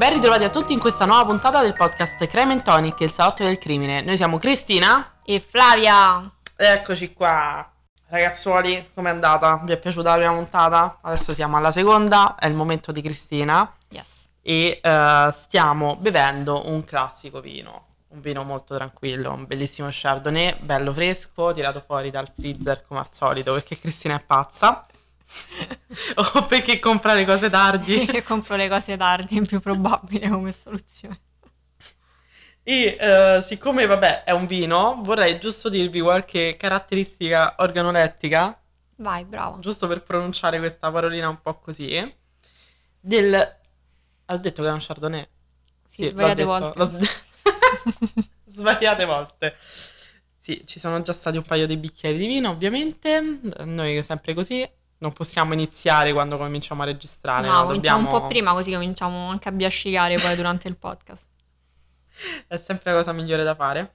Ben ritrovati a tutti in questa nuova puntata del podcast Crime and Tonic, il salotto del crimine. Noi siamo Cristina e Flavia. Eccoci qua. Ragazzuoli, com'è andata? Vi è piaciuta la prima puntata? Adesso siamo alla seconda, è il momento di Cristina. Yes. E stiamo bevendo un classico vino. Un vino molto tranquillo, un bellissimo Chardonnay, bello fresco, tirato fuori dal freezer come al solito, perché Cristina è pazza. O perché compra le cose tardi. Perché compro le cose tardi, è più probabile come soluzione. E siccome vabbè è un vino, vorrei giusto dirvi qualche caratteristica organolettica, Vai, bravo. giusto per pronunciare questa parolina un po' così, del... Ho detto che è un Chardonnay? Sì, l'ho svariate detto, volte. Svariate volte. Sì, ci sono già stati un paio di bicchieri di vino, ovviamente. Noi sempre così non possiamo iniziare quando cominciamo a registrare, No, no? cominciamo un po' Dobbiamo... prima così cominciamo anche a biascicare poi durante il podcast. È sempre la cosa migliore da fare.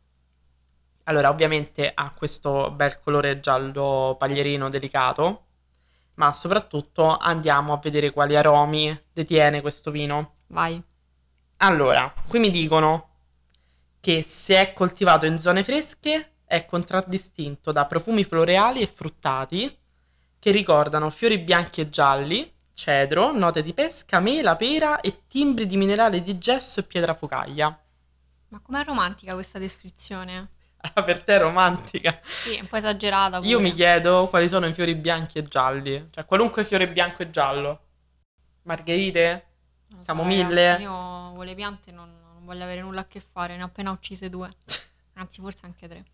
Allora, ovviamente ha questo bel colore giallo paglierino delicato, ma soprattutto andiamo a vedere quali aromi detiene questo vino. Vai. Allora, qui mi dicono che se è coltivato in zone fresche è contraddistinto da profumi floreali e fruttati che ricordano fiori bianchi e gialli, cedro, note di pesca, mela, pera e timbri di minerale di gesso e pietrafocaglia. Ma com'è romantica questa descrizione? Ah, per te è romantica. Sì, è un po' esagerata pure. Io mi chiedo quali sono i fiori bianchi e gialli, cioè qualunque fiore bianco e giallo. Margherite? Non lo so, Camomille? ragazzi, io con le piante non voglio avere nulla a che fare, ne ho appena uccise 2. Anzi, forse anche 3.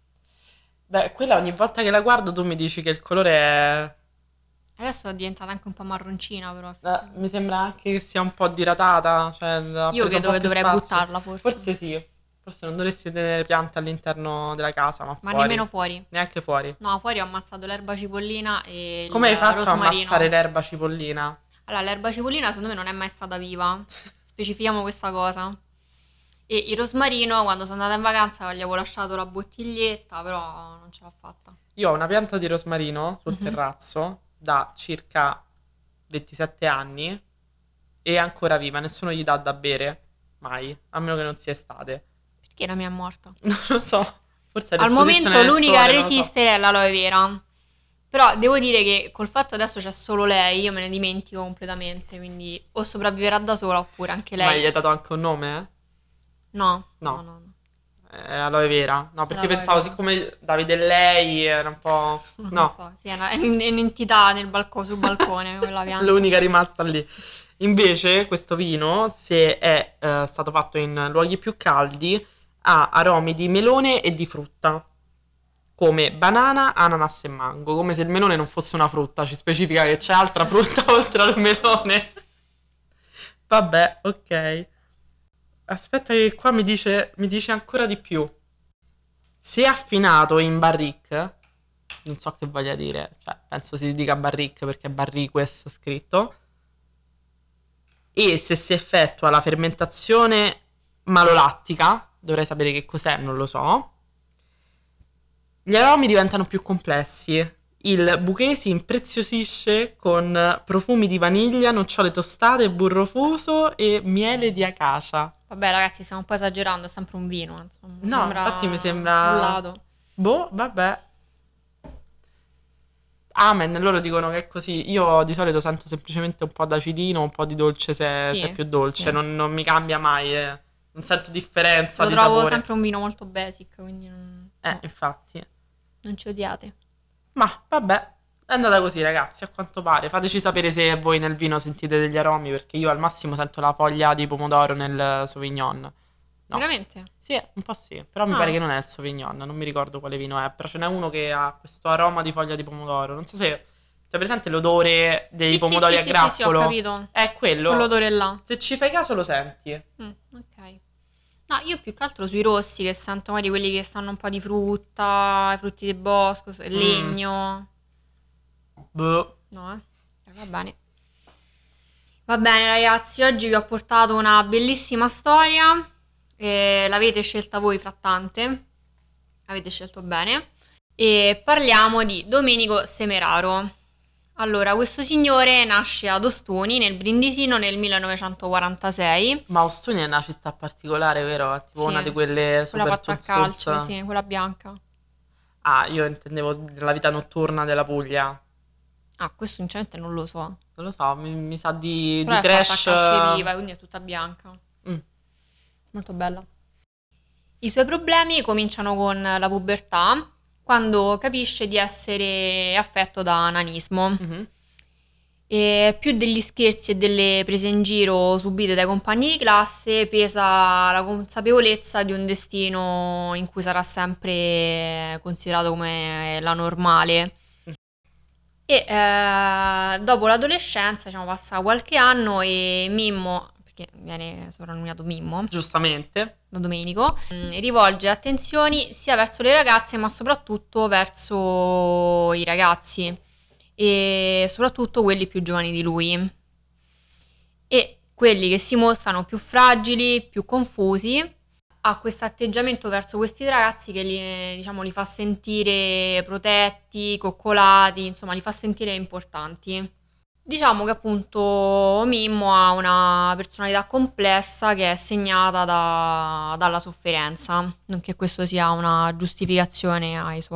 Beh, quella ogni volta che la guardo tu mi dici che il colore è... Adesso è diventata anche un po' marroncina, però effettivamente. mi sembra anche che sia un po' diradata, cioè ha Io preso un credo po' che più dovrei spazio. buttarla, forse. Forse sì, forse non dovresti tenere piante all'interno della casa, ma Ma fuori. nemmeno fuori. Neanche fuori. No, fuori ho ammazzato l'erba cipollina e Come hai il fatto a rosmarino. ammazzare l'erba cipollina? Allora, l'erba cipollina secondo me non è mai stata viva. Specifichiamo questa cosa. E il rosmarino, quando sono andata in vacanza, gli avevo lasciato la bottiglietta, però non ce l'ha fatta. Io ho una pianta di rosmarino sul Mhm. terrazzo da circa 27 anni e è ancora viva, nessuno gli dà da bere, mai, a meno che non sia estate. Perché la mia è morta? Non lo so, forse è Al l'esposizione momento del l'unica a sole, non lo so. resistere è l'aloe vera. Però devo dire che col fatto adesso c'è solo lei, io me ne dimentico completamente, quindi o sopravviverà da sola oppure anche Ma gli lei. hai dato anche un nome? No, No. no, no, no. Aloe vera? No, perché L'aloe pensavo, vera. siccome Davide e lei era un po'... Non lo No, so, sì, è un'entità sul balcone, quella pianta. l'unica rimasta lì. Invece questo vino, se è stato fatto in luoghi più caldi, ha aromi di melone e di frutta, come banana, ananas e mango, come se il melone non fosse una frutta, ci specifica che c'è altra frutta oltre al melone. Vabbè, ok. Aspetta che qua mi dice ancora di più. Se affinato in barrique, non so che voglia dire, cioè penso si dica barrique perché è barriques scritto, e se si effettua la fermentazione malolattica, dovrei sapere che cos'è, non lo so, gli aromi diventano più complessi. Il bouquet si impreziosisce con profumi di vaniglia, nocciole tostate, burro fuso e miele di acacia. Vabbè, ragazzi, stiamo un po' esagerando, è sempre un vino, insomma. No, infatti mi sembra... frullato. Boh, vabbè. Amen, loro dicono che è così. Io di solito sento semplicemente un po' d'acidino, un po' di dolce se è Sì, più dolce, sì. non mi cambia mai, non sento differenza Lo di trovo sapore. sempre un vino molto basic, quindi no, Infatti. non ci odiate. Ma vabbè, è andata così ragazzi, a quanto pare. Fateci sapere se voi nel vino sentite degli aromi, perché io al massimo sento la foglia di pomodoro nel Sauvignon. No. Veramente? Sì, un po' sì, però mi Ah. pare che non è il Sauvignon, non mi ricordo quale vino è, però ce n'è uno che ha questo aroma di foglia di pomodoro. Non so se... C'è presente l'odore dei Sì, pomodori a sì, grappolo? ho capito. È quello. Quell'odore là. Se ci fai caso lo senti. Ok. No, io più che altro sui rossi, che sento magari quelli che stanno un po' di frutta, i frutti del bosco, il legno. Boh. No, va bene. Va bene, ragazzi, oggi vi ho portato una bellissima storia. L'avete scelta voi fra tante. Avete scelto bene. E parliamo di Domenico Semeraro. Allora, questo signore nasce ad Ostuni, nel Brindisino, nel 1946. Ma Ostuni è una città particolare, vero? È tipo Sì, una di quelle quella super fatta a tuz tuz. calcio, sì, quella bianca. Ah, io intendevo della vita notturna della Puglia. Ah, questo sinceramente non lo so. Non lo so, mi sa Però di è fatta a trash. calceviva, quindi è tutta bianca. Mm, Molto bella. I suoi problemi cominciano con la pubertà, quando capisce di essere affetto da nanismo. mhm. E più degli scherzi e delle prese in giro subite dai compagni di classe, pesa la consapevolezza di un destino in cui sarà sempre considerato come la normale. E dopo l'adolescenza, diciamo, passa qualche anno e Mimmo, perché viene soprannominato Mimmo, Giustamente. da Domenico, rivolge attenzioni sia verso le ragazze ma soprattutto verso i ragazzi e soprattutto quelli più giovani di lui e quelli che si mostrano più fragili, più confusi. Ha questo atteggiamento verso questi ragazzi che li, diciamo, li fa sentire protetti, coccolati, insomma li fa sentire importanti. Diciamo che appunto Mimmo ha una personalità complessa che è segnata dalla sofferenza, non che questo sia una giustificazione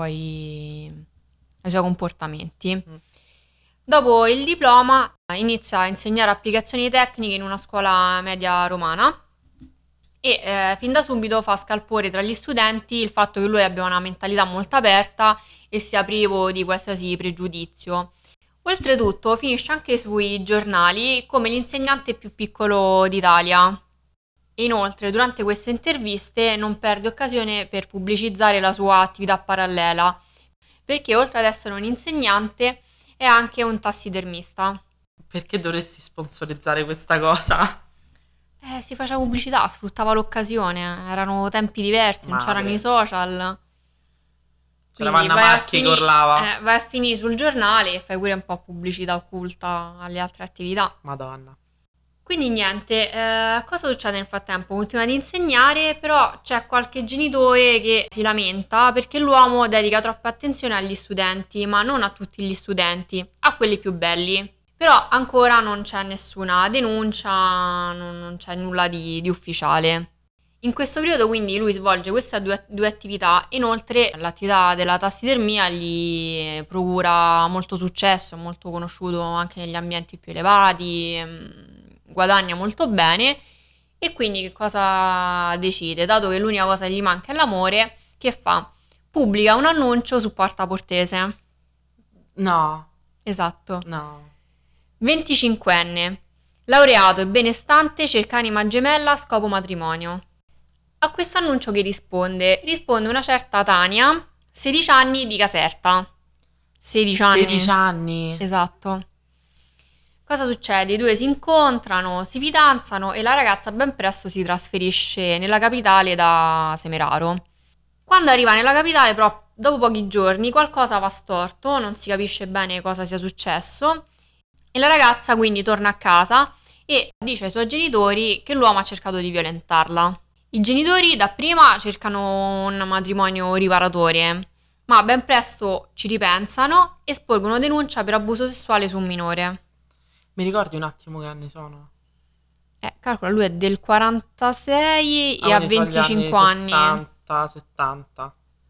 ai suoi comportamenti. Mm. Dopo il diploma inizia a insegnare applicazioni tecniche in una scuola media romana e fin da subito fa scalpore tra gli studenti il fatto che lui abbia una mentalità molto aperta e sia privo di qualsiasi pregiudizio. Oltretutto finisce anche sui giornali come l'insegnante più piccolo d'Italia. E inoltre durante queste interviste non perde occasione per pubblicizzare la sua attività parallela, perché oltre ad essere un insegnante è anche un tassidermista. Perché dovresti sponsorizzare questa cosa? Si faceva pubblicità, sfruttava l'occasione, erano tempi diversi, non c'erano i Madre. social. C'era Quindi Vanna Marchi che urlava. vai a finire sul giornale e fai pure un po' pubblicità occulta alle altre attività. Madonna. Quindi niente, cosa succede nel frattempo? Continua ad insegnare, però c'è qualche genitore che si lamenta perché l'uomo dedica troppa attenzione agli studenti, ma non a tutti gli studenti, a quelli più belli. Però ancora non c'è nessuna denuncia, non c'è nulla di ufficiale. In questo periodo quindi lui svolge queste due attività, inoltre l'attività della tassidermia gli procura molto successo, è molto conosciuto anche negli ambienti più elevati, guadagna molto bene e quindi che cosa decide? Dato che l'unica cosa che gli manca è l'amore, che fa? Pubblica un annuncio su Porta Portese. No, Esatto. no. 25enne, laureato e benestante, cerca anima gemella a scopo matrimonio. A questo annuncio che risponde? Risponde una certa Tania, 16 anni di Caserta. 16 anni. 16 anni. Esatto. Cosa succede? I due si incontrano, si fidanzano e la ragazza ben presto si trasferisce nella capitale da Semeraro. Quando arriva nella capitale, però, dopo pochi giorni, qualcosa va storto, non si capisce bene cosa sia successo e la ragazza quindi torna a casa e dice ai suoi genitori che l'uomo ha cercato di violentarla. I genitori dapprima cercano un matrimonio riparatore, ma ben presto ci ripensano e sporgono denuncia per abuso sessuale su un minore. Mi ricordi un attimo che anni sono? Calcola, lui è del 46 e ha Quindi sono gli anni 25 anni. 60, 70.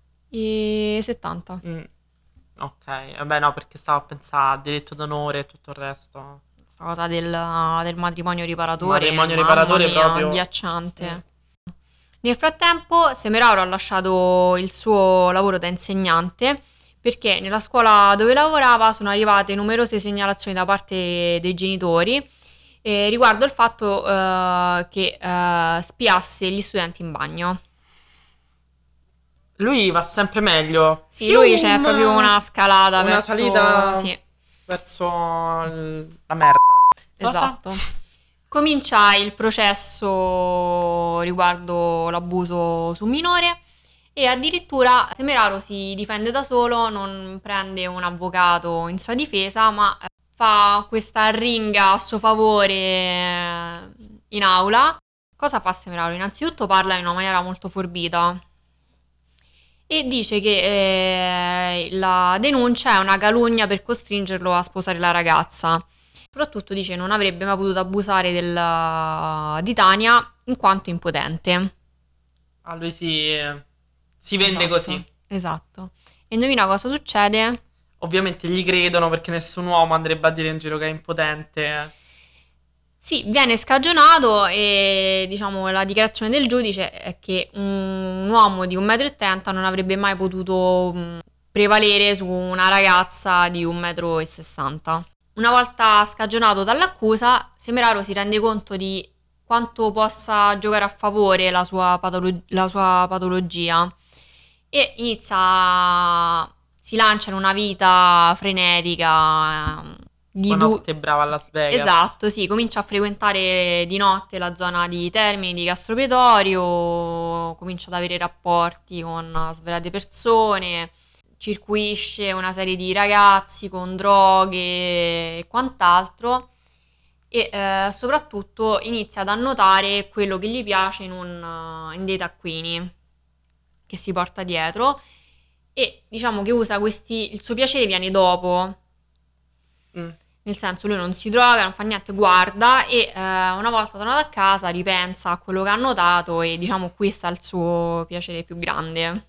E 70. Mm, ok, vabbè no, perché stavo a pensare a diritto d'onore e tutto il resto. Questa cosa del matrimonio riparatore, Matrimonio mamma riparatore mia, proprio. agghiacciante. Nel frattempo, Semeraro ha lasciato il suo lavoro da insegnante perché nella scuola dove lavorava sono arrivate numerose segnalazioni da parte dei genitori riguardo il fatto che spiasse gli studenti in bagno. Lui va sempre meglio. Sì, lui c'è Fium! proprio una scalata Una verso... salita Sì, verso la merda. Cosa? esatto. Comincia il processo riguardo l'abuso su minore e addirittura Semeraro si difende da solo, non prende un avvocato in sua difesa, ma fa questa arringa a suo favore in aula. Cosa fa Semeraro? Innanzitutto parla in una maniera molto forbita e dice che la denuncia è una calunnia per costringerlo a sposare la ragazza. Soprattutto dice non avrebbe mai potuto abusare di Tania in quanto impotente. A lui si vende così. Esatto, esatto. E indovina cosa succede? Ovviamente gli credono perché nessun uomo andrebbe a dire in giro che è impotente. Sì, viene scagionato e diciamo la dichiarazione del giudice è che un uomo di 1,30 m non avrebbe mai potuto prevalere su una ragazza di 1,60 m. Una volta scagionato dall'accusa, Semeraro si rende conto di quanto possa giocare a favore la sua patologia e si lancia in una vita frenetica di Una notte brava a Las Vegas. Esatto, sì, comincia a frequentare di notte la zona di Termini, di Castro Pretorio, comincia ad avere rapporti con svariate persone, circuisce una serie di ragazzi con droghe e quant'altro e soprattutto inizia ad annotare quello che gli piace in dei taccuini che si porta dietro e diciamo che usa il suo piacere viene dopo. Mm. Nel senso, lui non si droga, non fa niente, guarda e una volta tornato a casa ripensa a quello che ha notato e diciamo qui sta il suo piacere più grande.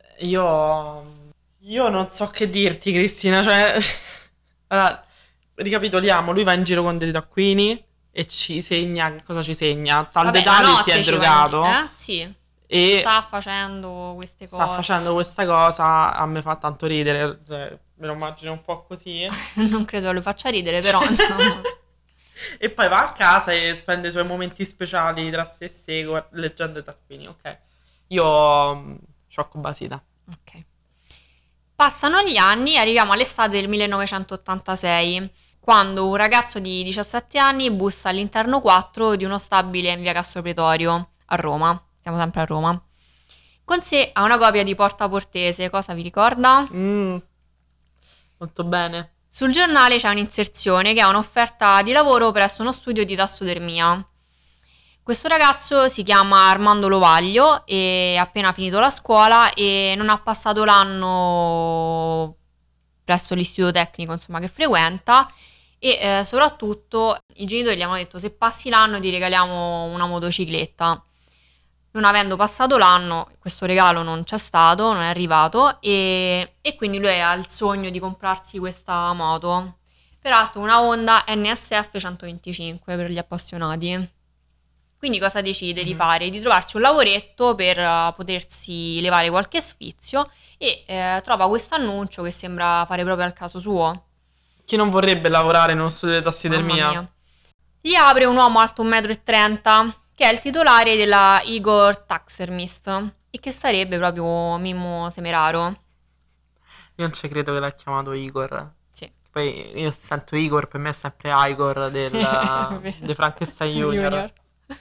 Io non so che dirti, Cristina. Cioè, allora, ricapitoliamo: lui va in giro con dei taccuini e ci segna. Cosa ci segna? Tal Vabbè, dei la tali si notte è ci drogato Sì, e sta facendo queste sta cose. facendo questa cosa. A me fa tanto ridere. Cioè, me lo immagino un po' così. Non credo lo faccia ridere, però insomma. E poi va a casa e spende i suoi momenti speciali tra sé e sé leggendo i taccuini. Ok. Io. Sciocco basita. Ok. Passano gli anni e arriviamo all'estate del 1986, quando un ragazzo di 17 anni bussa all'interno 4 di uno stabile in via Castro Pretorio, a Roma. Siamo sempre a Roma. Con sé ha una copia di Porta Portese, cosa vi ricorda? Molto bene. Sul giornale c'è un'inserzione che ha un'offerta di lavoro presso uno studio di tassodermia. Questo ragazzo si chiama Armando Lovaglio e ha appena finito la scuola e non ha passato l'anno presso l'istituto tecnico insomma, che frequenta e soprattutto i genitori gli hanno detto se passi l'anno ti regaliamo una motocicletta. Non avendo passato l'anno, questo regalo non c'è stato, non è arrivato e quindi lui ha il sogno di comprarsi questa moto. Peraltro una Honda NSF 125 per gli appassionati. Quindi cosa decide di fare? Di trovarsi un lavoretto per potersi levare qualche sfizio e trova questo annuncio che sembra fare proprio al caso suo. Chi non vorrebbe lavorare in uno studio di Mamma tassidermia? mia. Gli apre un uomo alto 1,30 m che è il titolare della Igor Taxidermist e che sarebbe proprio Mimmo Semeraro. Io non ci credo che l'ha chiamato Igor. Sì. Poi io sento Igor, per me è sempre Igor di Frankenstein Junior.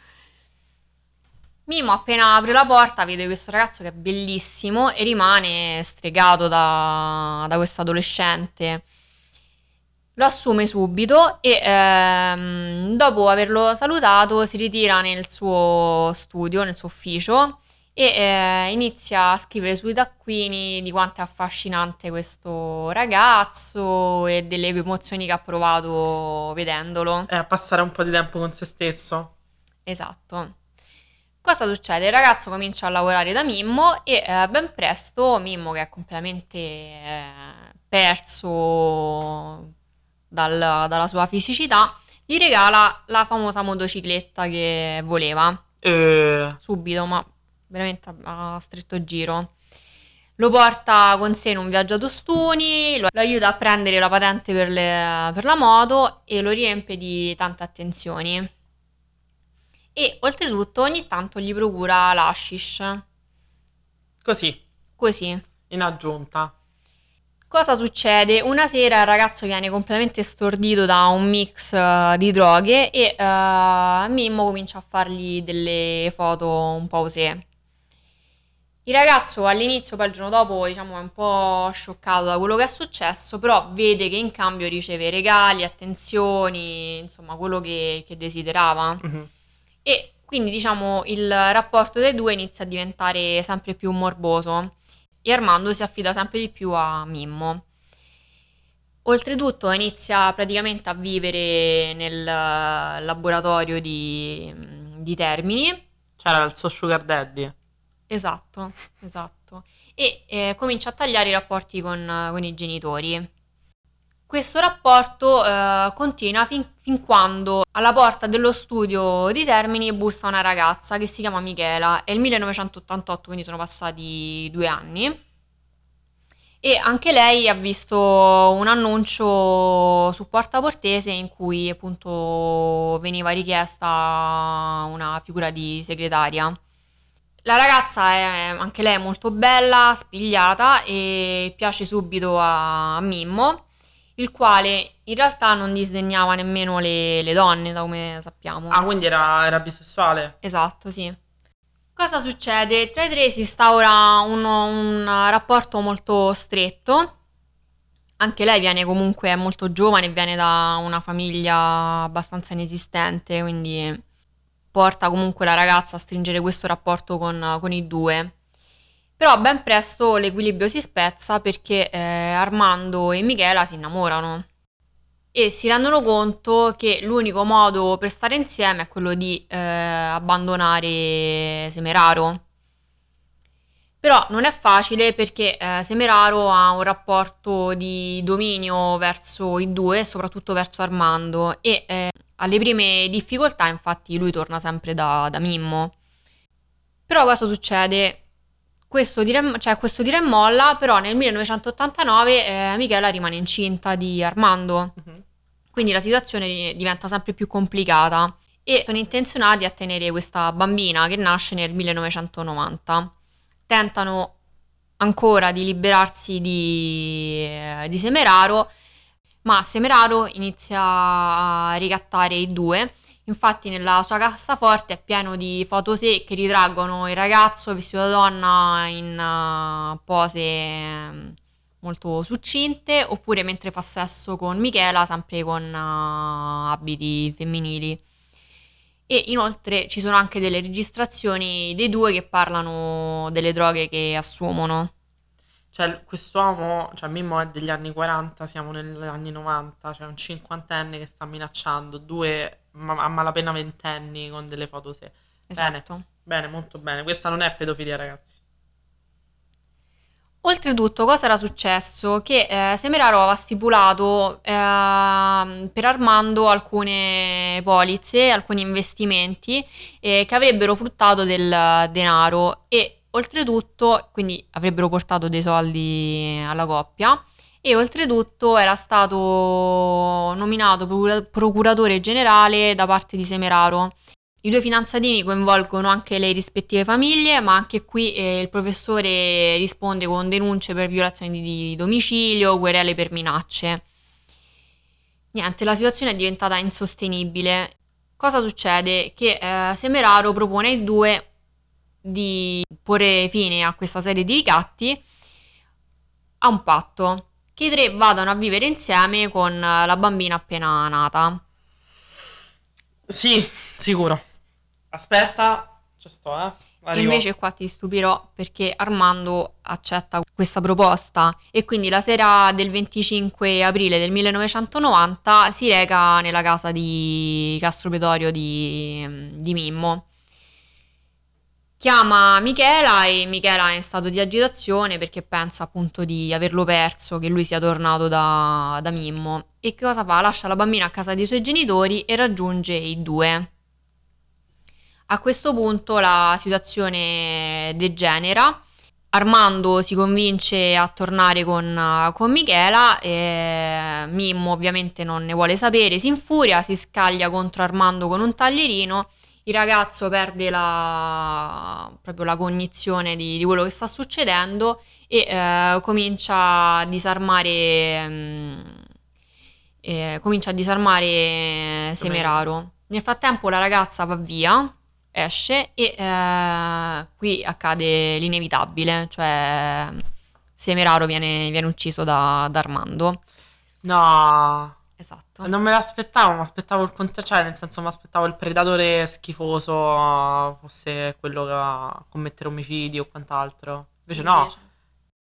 Mimmo appena apre la porta vede questo ragazzo che è bellissimo e rimane stregato da questo adolescente. Lo assume subito e dopo averlo salutato si ritira nel suo studio, nel suo ufficio e inizia a scrivere sui taccuini di quanto è affascinante questo ragazzo e delle emozioni che ha provato vedendolo. A passare un po' di tempo con se stesso. Esatto. Cosa succede? Il ragazzo comincia a lavorare da Mimmo e ben presto Mimmo, che è completamente perso dalla sua fisicità, gli regala la famosa motocicletta che voleva. Subito, ma veramente a stretto giro. Lo porta con sé in un viaggio a tostoni, lo aiuta a prendere la patente per la moto e lo riempie di tante attenzioni. E oltretutto ogni tanto gli procura l'hashish. Così, Così. in aggiunta. Cosa succede? Una sera il ragazzo viene completamente stordito da un mix di droghe e Mimmo comincia a fargli delle foto un po' osè. Il ragazzo all'inizio, poi il giorno dopo, diciamo, è un po' scioccato da quello che è successo, però vede che in cambio riceve regali, attenzioni, insomma, quello che desiderava. Mhm. E quindi, diciamo, il rapporto dei due inizia a diventare sempre più morboso. e Armando si affida sempre di più a Mimmo. Oltretutto inizia praticamente a vivere nel laboratorio di Termini. C'era il suo sugar daddy. Esatto, esatto. E comincia a tagliare i rapporti con i genitori. Questo rapporto continua fin quando alla porta dello studio di Termini bussa una ragazza che si chiama Michela. È il 1988, quindi sono passati 2 anni. E anche lei ha visto un annuncio su Porta Portese in cui appunto veniva richiesta una figura di segretaria. La ragazza è anche lei molto bella, spigliata e piace subito a Mimmo, il quale in realtà non disdegnava nemmeno le donne, da come sappiamo. Ah, quindi era bisessuale? Esatto, sì. Cosa succede? Tra i tre si instaura un rapporto molto stretto. Anche lei viene comunque è molto giovane, viene da una famiglia abbastanza inesistente, quindi porta comunque la ragazza a stringere questo rapporto con i due. Però ben presto l'equilibrio si spezza perché Armando e Michela si innamorano e si rendono conto che l'unico modo per stare insieme è quello di abbandonare Semeraro. Però non è facile perché Semeraro ha un rapporto di dominio verso i due, soprattutto verso Armando, e alle prime difficoltà infatti lui torna sempre da Mimmo. Però cosa succede? Questo tira e molla, però nel 1989 Michela rimane incinta di Armando, Mhm. quindi la situazione diventa sempre più complicata e sono intenzionati a tenere questa bambina che nasce nel 1990. Tentano ancora di liberarsi di Semeraro, ma Semeraro inizia a ricattare i due. Infatti nella sua cassaforte è pieno di foto che ritraggono il ragazzo vestito da donna in pose molto succinte, oppure mentre fa sesso con Michela, sempre con abiti femminili. E inoltre ci sono anche delle registrazioni dei due che parlano delle droghe che assumono. Cioè, quest'uomo, cioè Mimmo è degli anni 40, siamo negli anni 90, cioè un cinquantenne che sta minacciando due a malapena ventenni con delle foto se. Bene, Esatto. bene, molto bene. Questa non è pedofilia, ragazzi. Oltretutto, cosa era successo? Che Semeraro aveva stipulato per Armando alcune polizze, alcuni investimenti che avrebbero fruttato del denaro e oltretutto, quindi avrebbero portato dei soldi alla coppia e oltretutto era stato nominato procuratore generale da parte di Semeraro. I due fidanzatini coinvolgono anche le rispettive famiglie, ma anche qui il professore risponde con denunce per violazioni di domicilio, querele per minacce. Niente, la situazione è diventata insostenibile. Cosa succede? Che Semeraro propone ai due di porre fine a questa serie di ricatti a un patto, che i tre vadano a vivere insieme con la bambina appena nata. Sì, sicuro. Aspetta, ci sto, E Arrivo. invece qua ti stupirò perché Armando accetta questa proposta e quindi la sera del 25 aprile del 1990 si reca nella casa di Castro Pretorio di Mimmo. Chiama Michela e Michela è in stato di agitazione perché pensa appunto di averlo perso, che lui sia tornato da Mimmo. E che cosa fa? Lascia la bambina a casa dei suoi genitori e raggiunge i due. A questo punto la situazione degenera. Armando si convince a tornare con Michela e Mimmo ovviamente non ne vuole sapere, si infuria, si scaglia contro Armando con un taglierino. Il ragazzo perde proprio la cognizione di quello che sta succedendo e comincia a disarmare Domenico. Semeraro. Nel frattempo la ragazza va via, esce e qui accade l'inevitabile, cioè Semeraro viene ucciso da Armando. No, Esatto. non me l'aspettavo, mi aspettavo il contrario, cioè nel senso mi aspettavo il predatore schifoso fosse quello che va a commettere omicidi o quant'altro. Invece no, Invece.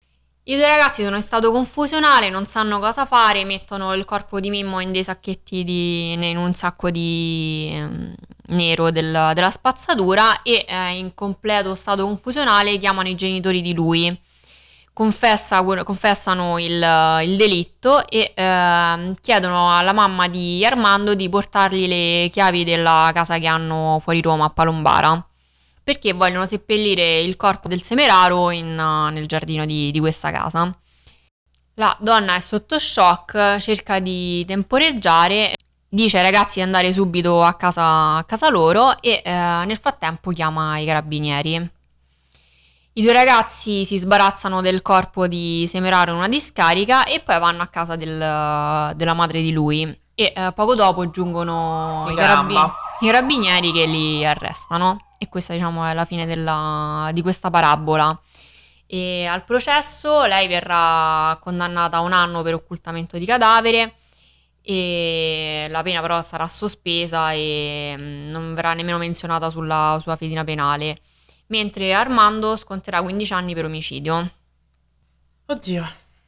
I due ragazzi sono in stato confusionale, non sanno cosa fare, mettono il corpo di Mimmo in dei sacchetti in un sacco di nero della spazzatura e in completo stato confusionale chiamano i genitori di lui. Confessano il delitto e chiedono alla mamma di Armando di portargli le chiavi della casa che hanno fuori Roma, a Palombara, perché vogliono seppellire il corpo del Semeraro nel giardino di questa casa. La donna è sotto shock, cerca di temporeggiare, dice ai ragazzi di andare subito a casa loro e nel frattempo chiama i carabinieri. I due ragazzi si sbarazzano del corpo di Semeraro in una discarica e poi vanno a casa della madre di lui. E poco dopo giungono Caramba. i carabinieri che li arrestano. E questa, diciamo, è la fine di questa parabola. E al processo lei verrà condannata a 1 anno per occultamento di cadavere e la pena però sarà sospesa e non verrà nemmeno menzionata sulla sua fedina penale, mentre Armando sconterà 15 anni per omicidio. Oddio.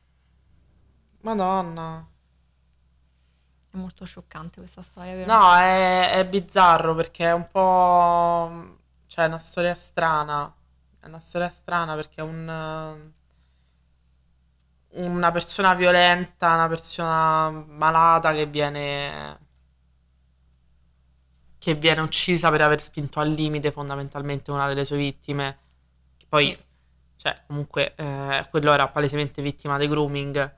Madonna. È molto scioccante questa storia, vero? No, è bizzarro perché è un po'. Cioè, è una storia strana. È una storia strana perché è una persona violenta, una persona malata che viene uccisa per aver spinto al limite fondamentalmente una delle sue vittime. Che Sì. poi, cioè, comunque, quello era palesemente vittima di grooming.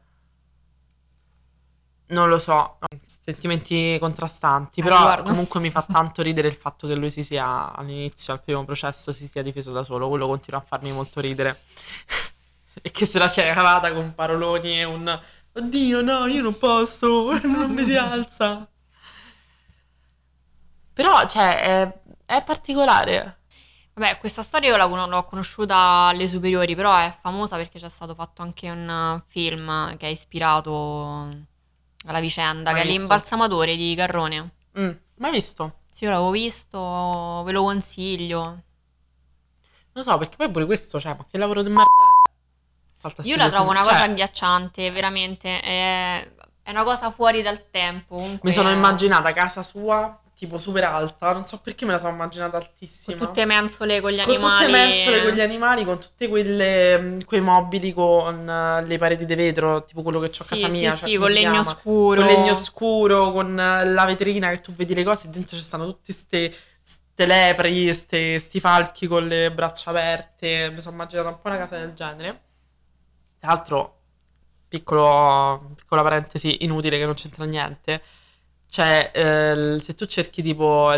Non lo so, ho sentimenti contrastanti, Al però riguardo. comunque mi fa tanto ridere il fatto che lui si sia all'inizio, al primo processo, si sia difeso da solo. Quello continua a farmi molto ridere. E che se la sia cavata con paroloni e un oddio, no, io non posso, non mi si alza. Però, cioè, è particolare. Vabbè, questa storia io l'ho conosciuta alle superiori, però è famosa perché c'è stato fatto anche un film che è ispirato alla vicenda, che Mai è visto? L'imbalsamatore di Garrone. Mai visto? Sì, io l'avevo visto, ve lo consiglio. Non lo so, perché poi pure questo, cioè, ma che lavoro di merda. Salta Io sti la due trovo una cosa cioè, agghiacciante, veramente. È una cosa fuori dal tempo. mi Comunque, sono immaginata casa sua, tipo super alta, non so perché me la sono immaginata con altissima. tutte mensole con gli Con tutte mensole con animali. gli animali, con tutte quei mobili con le pareti di vetro, tipo quello che ho a casa Sì, sì, mia, cioè sì, come con si legno chiama? Con legno scuro. scuro, con la vetrina che tu vedi le cose e dentro ci stanno tutti ste lepri, sti falchi con le braccia aperte. Mi sono immaginata un po' una casa del genere. Tra l'altro, piccola parentesi inutile che non c'entra niente. Cioè, se tu cerchi tipo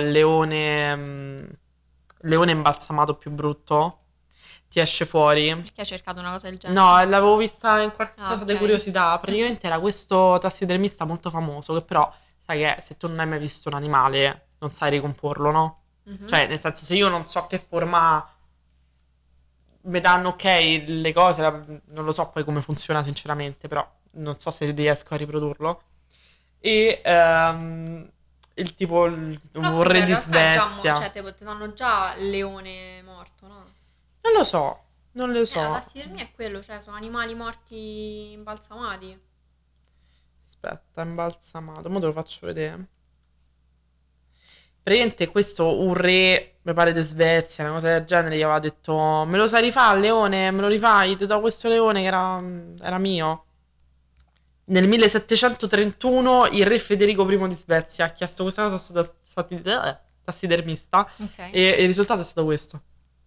leone imbalsamato più brutto, ti esce fuori. Perché hai cercato una cosa del genere? No, l'avevo vista in qualche Ah, cosa di ok. curiosità. Praticamente era questo tassidermista molto famoso che però, sai che se tu non hai mai visto un animale, non sai ricomporlo, no? Mhm. Cioè, nel senso, se io non so che forma ha, mi danno ok le cose, non lo so poi come funziona sinceramente, però non so se riesco a riprodurlo. E il tipo, Però un scusa, re in di realtà è già Svezia. cioè, ti danno già il leone morto, no? Non lo so, non lo La so. tassidermia è quello, cioè sono animali morti imbalsamati. Aspetta, imbalsamato, mo te lo faccio vedere. Praticamente questo un re, mi pare di Svezia, una cosa del genere, gli aveva detto me lo sai rifare il leone? Me lo rifai? Ti do questo leone che era mio. Nel 1731 il re Federico I di Svezia ha chiesto questa cosa a questo tassidermista Ok. e il risultato è stato questo.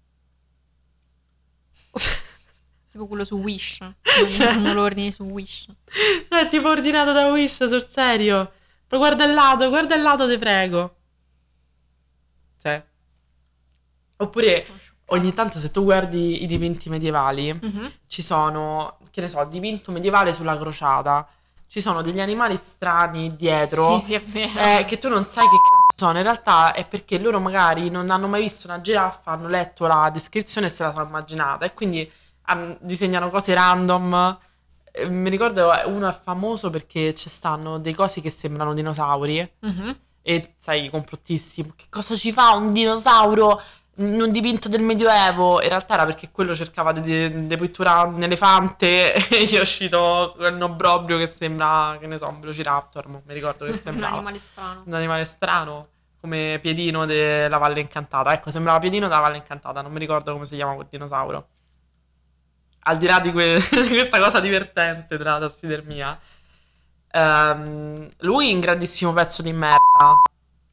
Tipo quello su Wish. Cioè, Quando lo ordini su Wish. è tipo ordinato da Wish, sul serio. Poi guarda il lato, ti prego. Cioè, oppure Sono ogni scioccata. tanto se tu guardi i dipinti medievali, Mhm. ci sono, che ne so, dipinto medievale sulla crociata, ci sono degli animali strani Sì, dietro sì, è vero. che tu non sai che cazzo sono. In realtà è perché loro magari non hanno mai visto una giraffa, hanno letto la descrizione e se la sono immaginata e quindi disegnano cose random. Mi ricordo uno è famoso perché ci stanno dei cosi che sembrano dinosauri Mhm. e sai, i complottisti, che cosa ci fa un dinosauro in un dipinto del Medioevo. In realtà era perché quello cercava di pitturare un elefante e gli è uscito un obbrobrio che sembra, che ne so, un velociraptor, non mi ricordo che Un sembrava. animale strano. Un animale strano, come Piedino della Valle Incantata. Ecco, sembrava Piedino della Valle Incantata, non mi ricordo come si chiama quel dinosauro. Al di là di di questa cosa divertente della tassidermia, lui è un grandissimo pezzo di merda.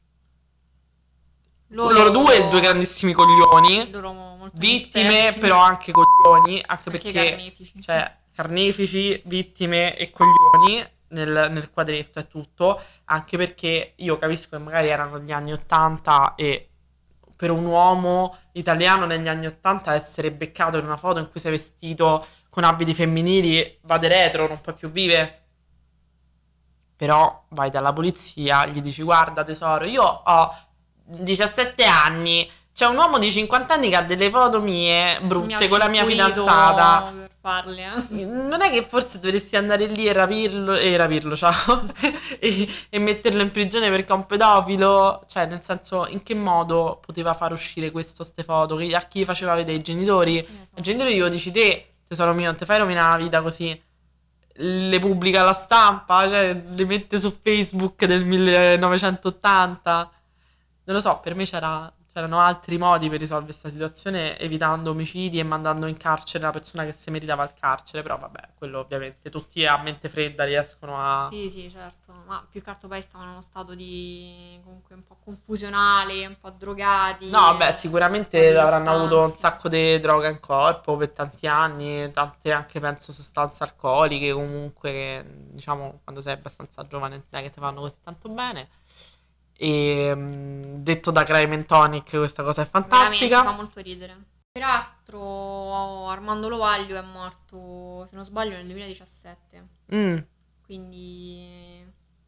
Loro due grandissimi coglioni. Loro molto Vittime, inesperti. però anche coglioni. Anche Anche perché, carnefici. cioè, carnefici, vittime e coglioni nel quadretto è tutto. Anche perché io capisco che magari erano gli anni 80 e per un uomo italiano negli anni 80 essere beccato in una foto in cui sei vestito con abiti femminili, vade retro, non puoi più vivere. Però vai dalla polizia, gli dici guarda tesoro, io ho 17 anni, c'è un uomo di 50 anni che ha delle foto mie brutte con la mia fidanzata. Per farle, eh. Non è che forse dovresti andare lì e rapirlo, ciao, e metterlo in prigione perché è un pedofilo? Cioè, nel senso, in che modo poteva far uscire ste foto? A chi faceva vedere? I genitori? Che ne so. I genitori glielo dici te, tesoro mio, non ti fai rovinare la vita così. Le pubblica alla stampa, cioè le mette su Facebook del 1980. Non lo so, per me c'erano altri modi per risolvere questa situazione, evitando omicidi e mandando in carcere la persona che si meritava il carcere. Però vabbè, quello ovviamente tutti a mente fredda riescono a... Sì, certo. Ma più che altro poi stavano in uno stato di comunque un po' confusionale, un po' drogati. No, vabbè, sicuramente un po' di avranno avuto un sostanze. sacco di droga in corpo per tanti anni, tante anche penso sostanze alcoliche comunque, che, diciamo, quando sei abbastanza giovane non è che ti fanno così tanto bene. E detto da Crime and Tonic, questa cosa è Veramente fa fantastica. molto ridere. Peraltro Armando Lovaglio è morto, se non sbaglio, nel 2017. Mm, Quindi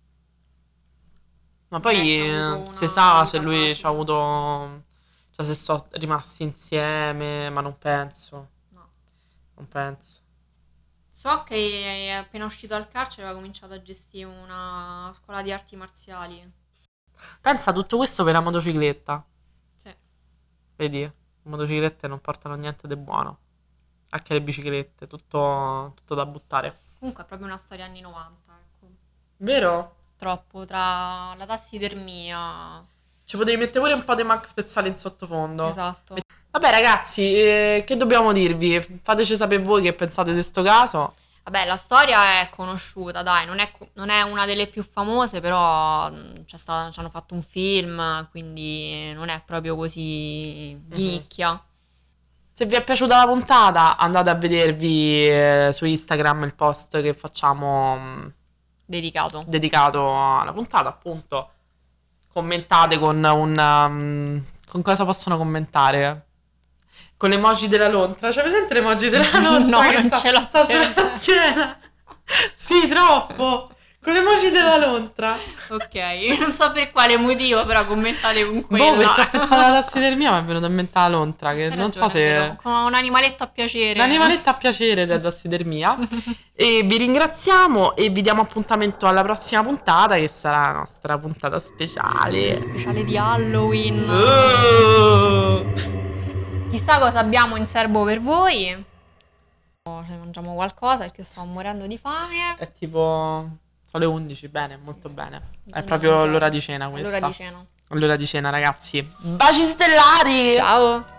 Ma non è poi che ha avuto si una sa se vita lui ci ha facile. avuto, cioè se sono rimasti insieme, ma non penso, No. non penso. So che è appena uscito dal carcere aveva cominciato a gestire una scuola di arti marziali. Pensa a tutto questo per la motocicletta, Sì. vedi? Le motociclette non portano niente di buono, anche le biciclette, tutto da buttare. Comunque è proprio una storia anni 90, ecco. Vero? Troppo tra la tassidermia. Ci potevi mettere pure un po' di Max Pezzali in sottofondo. Esatto. Vabbè ragazzi, che dobbiamo dirvi? Fateci sapere voi che pensate di sto caso. Vabbè, la storia è conosciuta, dai, non è una delle più famose, però ci hanno fatto un film, quindi non è proprio così di Mhm. nicchia. Se vi è piaciuta la puntata, andate a vedervi su Instagram il post che facciamo Dedicato. dedicato alla puntata, appunto. Commentate con cosa possono commentare? Con l'emoji della lontra. C'è presente l'emoji della lontra No, che non ce l'ho sta sulla presente. schiena? Sì, troppo. Con l'emoji della lontra. Ok, non so per quale motivo, però commentate con Boh, quella. perché ho pensato alla tassidermia, mi è venuta in mente la lontra, che C'hai non so ragione, vedo. se... Con un animaletto a piacere. L'animaletto a piacere della tassidermia. E vi ringraziamo e vi diamo appuntamento alla prossima puntata, che sarà la nostra puntata speciale. Speciale di Halloween. Oh! Chissà cosa abbiamo in serbo per voi. Se mangiamo qualcosa perché io sto morendo di fame. È tipo... Sono le 11, bene, molto bene. È Bisogna proprio mangiare. l'ora di cena È questa. l'ora di cena. L'ora di cena, ragazzi. Baci stellari! Ciao.